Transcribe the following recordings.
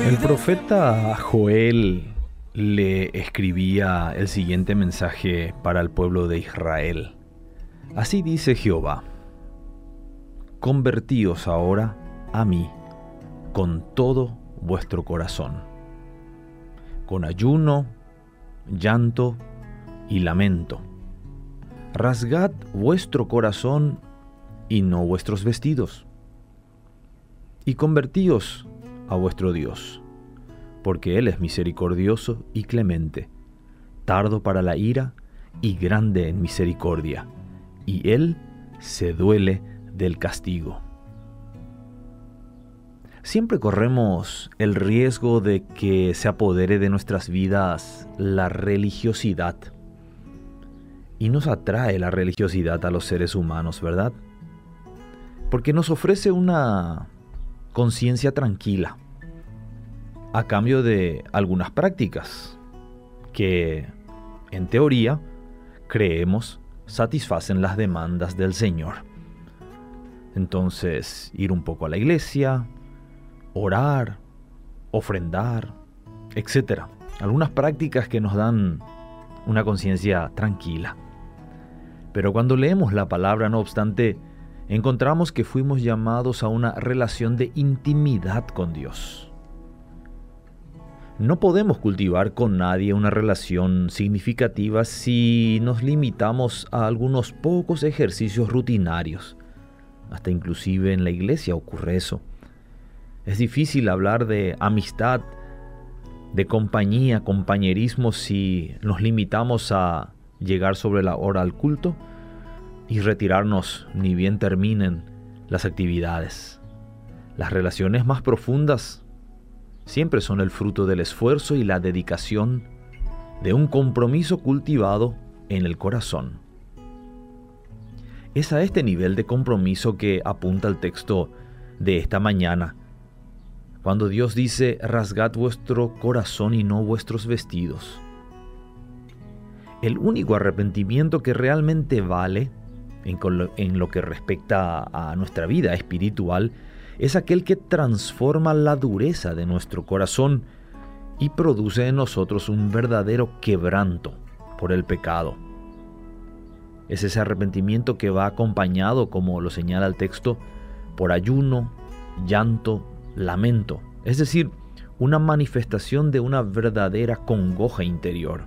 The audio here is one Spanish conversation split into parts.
El profeta Joel le escribía el siguiente mensaje para el pueblo de Israel. Así dice Jehová: convertíos ahora a mí con todo vuestro corazón, con ayuno, llanto y lamento. Rasgad vuestro corazón y no vuestros vestidos, y convertíos a vuestro Dios, porque Él es misericordioso y clemente, tardo para la ira y grande en misericordia, y Él se duele del castigo. Siempre corremos el riesgo de que se apodere de nuestras vidas la religiosidad. Y nos atrae la religiosidad a los seres humanos, ¿verdad? Porque nos ofrece una conciencia tranquila a cambio de algunas prácticas que, en teoría, creemos satisfacen las demandas del Señor. Entonces, ir un poco a la iglesia, orar, ofrendar, etc. Algunas prácticas que nos dan una conciencia tranquila. Pero cuando leemos la palabra, no obstante, encontramos que fuimos llamados a una relación de intimidad con Dios. No podemos cultivar con nadie una relación significativa si nos limitamos a algunos pocos ejercicios rutinarios. Hasta inclusive en la iglesia ocurre eso. Es difícil hablar de amistad, de compañía, compañerismo si nos limitamos a llegar sobre la hora al culto y retirarnos ni bien terminen las actividades. Las relaciones más profundas siempre son el fruto del esfuerzo y la dedicación de un compromiso cultivado en el corazón. Es a este nivel de compromiso que apunta el texto de esta mañana, cuando Dios dice: rasgad vuestro corazón y no vuestros vestidos. El único arrepentimiento que realmente vale en lo que respecta a nuestra vida espiritual es aquel que transforma la dureza de nuestro corazón y produce en nosotros un verdadero quebranto por el pecado. Es ese arrepentimiento que va acompañado, como lo señala el texto, por ayuno, llanto, lamento, es decir, una manifestación de una verdadera congoja interior.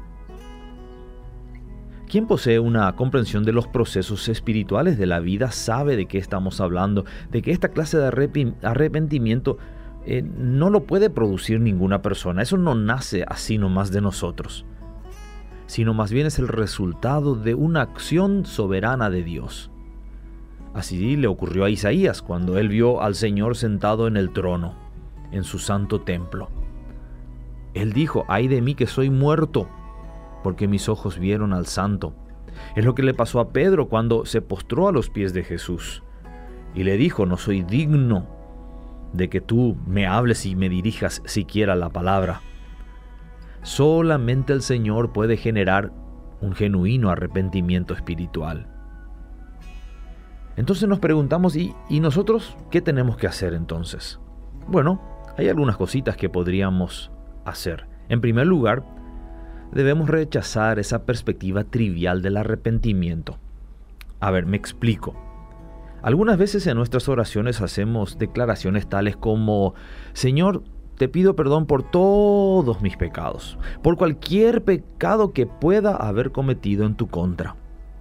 Quien posee una comprensión de los procesos espirituales de la vida sabe de qué estamos hablando, de que esta clase de arrepentimiento no lo puede producir ninguna persona. Eso no nace así nomás de nosotros, sino más bien es el resultado de una acción soberana de Dios. Así le ocurrió a Isaías cuando él vio al Señor sentado en el trono, en su santo templo. Él dijo: ay de mí que soy muerto, porque mis ojos vieron al Santo. Es lo que le pasó a Pedro cuando se postró a los pies de Jesús y le dijo: no soy digno de que tú me hables y me dirijas siquiera la palabra. Solamente el Señor puede generar un genuino arrepentimiento espiritual. Entonces nos preguntamos, ¿y nosotros qué tenemos que hacer entonces? Bueno, hay algunas cositas que podríamos hacer. En primer lugar, debemos rechazar esa perspectiva trivial del arrepentimiento. A ver, me explico. Algunas veces en nuestras oraciones hacemos declaraciones tales como: Señor, te pido perdón por todos mis pecados, por cualquier pecado que pueda haber cometido en tu contra.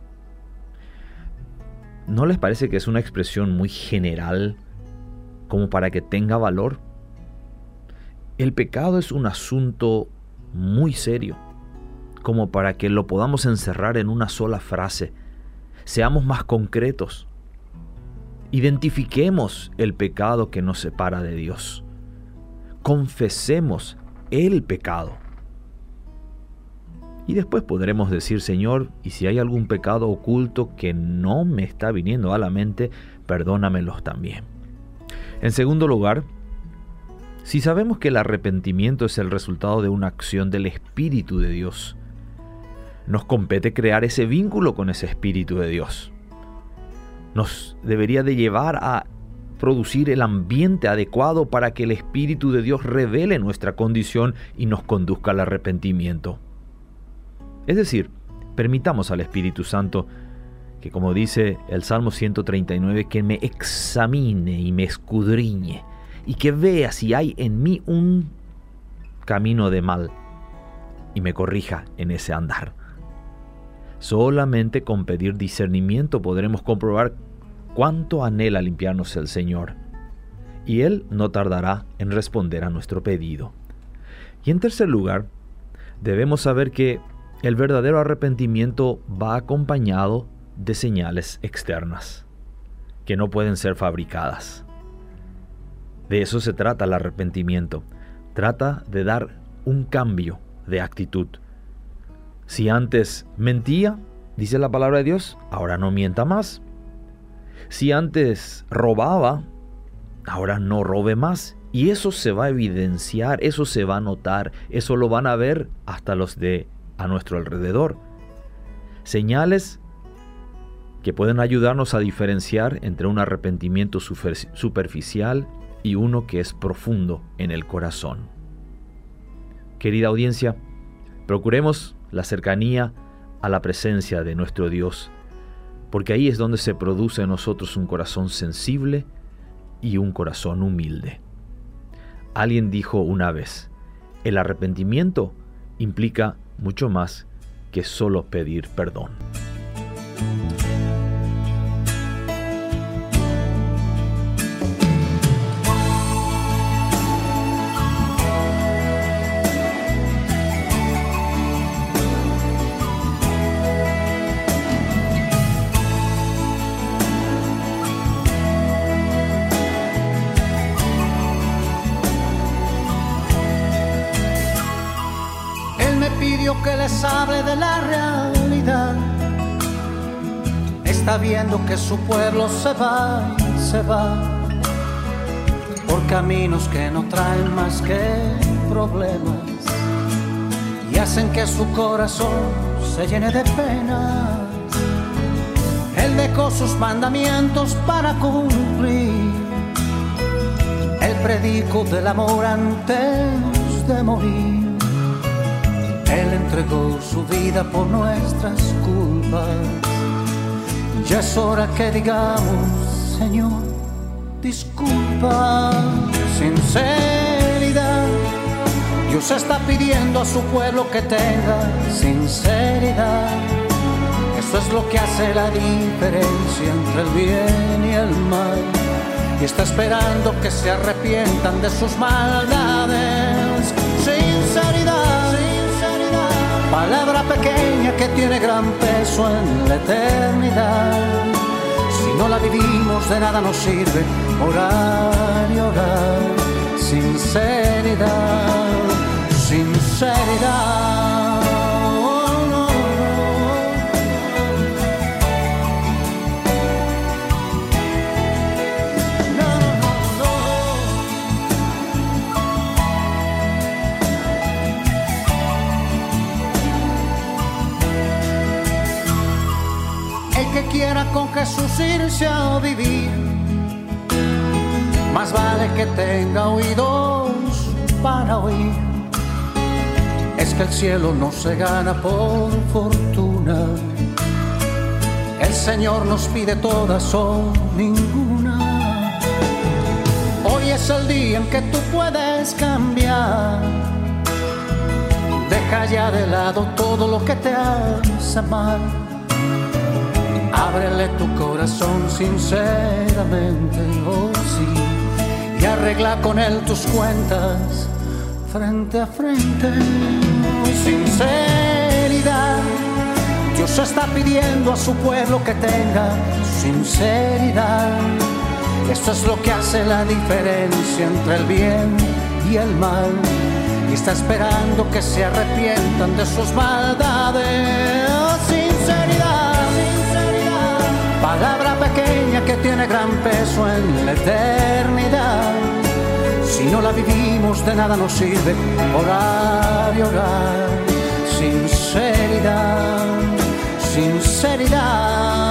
¿No les parece que es una expresión muy general como para que tenga valor? El pecado es un asunto muy serio, como para que lo podamos encerrar en una sola frase. Seamos más concretos. Identifiquemos el pecado que nos separa de Dios. Confesemos el pecado. Y después podremos decir: Señor, y si hay algún pecado oculto que no me está viniendo a la mente, perdónamelos también. En segundo lugar, si sabemos que el arrepentimiento es el resultado de una acción del Espíritu de Dios, nos compete crear ese vínculo con ese Espíritu de Dios. Nos debería de llevar a producir el ambiente adecuado para que el Espíritu de Dios revele nuestra condición y nos conduzca al arrepentimiento. Es decir, permitamos al Espíritu Santo que, como dice el Salmo 139, que me examine y me escudriñe y que vea si hay en mí un camino de mal y me corrija en ese andar. Solamente con pedir discernimiento podremos comprobar cuánto anhela limpiarnos el Señor, y Él no tardará en responder a nuestro pedido. Y en tercer lugar, debemos saber que el verdadero arrepentimiento va acompañado de señales externas, que no pueden ser fabricadas. De eso se trata el arrepentimiento. Trata de dar un cambio de actitud. Si antes mentía, dice la palabra de Dios, ahora no mienta más. Si antes robaba, ahora no robe más. Y eso se va a evidenciar, eso se va a notar, eso lo van a ver hasta los de a nuestro alrededor. Señales que pueden ayudarnos a diferenciar entre un arrepentimiento superficial y uno que es profundo en el corazón. Querida audiencia, procuremos la cercanía a la presencia de nuestro Dios, porque ahí es donde se produce en nosotros un corazón sensible y un corazón humilde. Alguien dijo una vez, el arrepentimiento implica mucho más que solo pedir perdón. Que les hable de la realidad. Está viendo que su pueblo se va por caminos que no traen más que problemas y hacen que su corazón se llene de penas. Él dejó sus mandamientos para cumplir el predico del amor antes de morir. Él entregó su vida por nuestras culpas. Ya es hora que digamos, Señor, disculpa. Sinceridad. Dios está pidiendo a su pueblo que tenga sinceridad. Eso es lo que hace la diferencia entre el bien y el mal. Y está esperando que se arrepientan de sus maldades. Sinceridad. Palabra pequeña que tiene gran peso en la eternidad. Si no la vivimos de nada nos sirve orar y orar. Sinceridad, sinceridad. Oh, no, que quiera con Jesús irse a vivir, más vale que tenga oídos para oír. Es que el cielo no se gana por fortuna. El Señor nos pide todas o ninguna. Hoy es el día en que tú puedes cambiar. Deja ya de lado todo lo que te hace mal. Ábrele tu corazón sinceramente, oh sí, y arregla con él tus cuentas frente a frente. Sinceridad. Dios está pidiendo a su pueblo que tenga sinceridad. Esto es lo que hace la diferencia entre el bien y el mal. Y está esperando que se arrepientan de sus maldades. Sinceridad. Palabra pequeña que tiene gran peso en la eternidad. Si no la vivimos de nada nos sirve orar y orar. Sinceridad, sinceridad.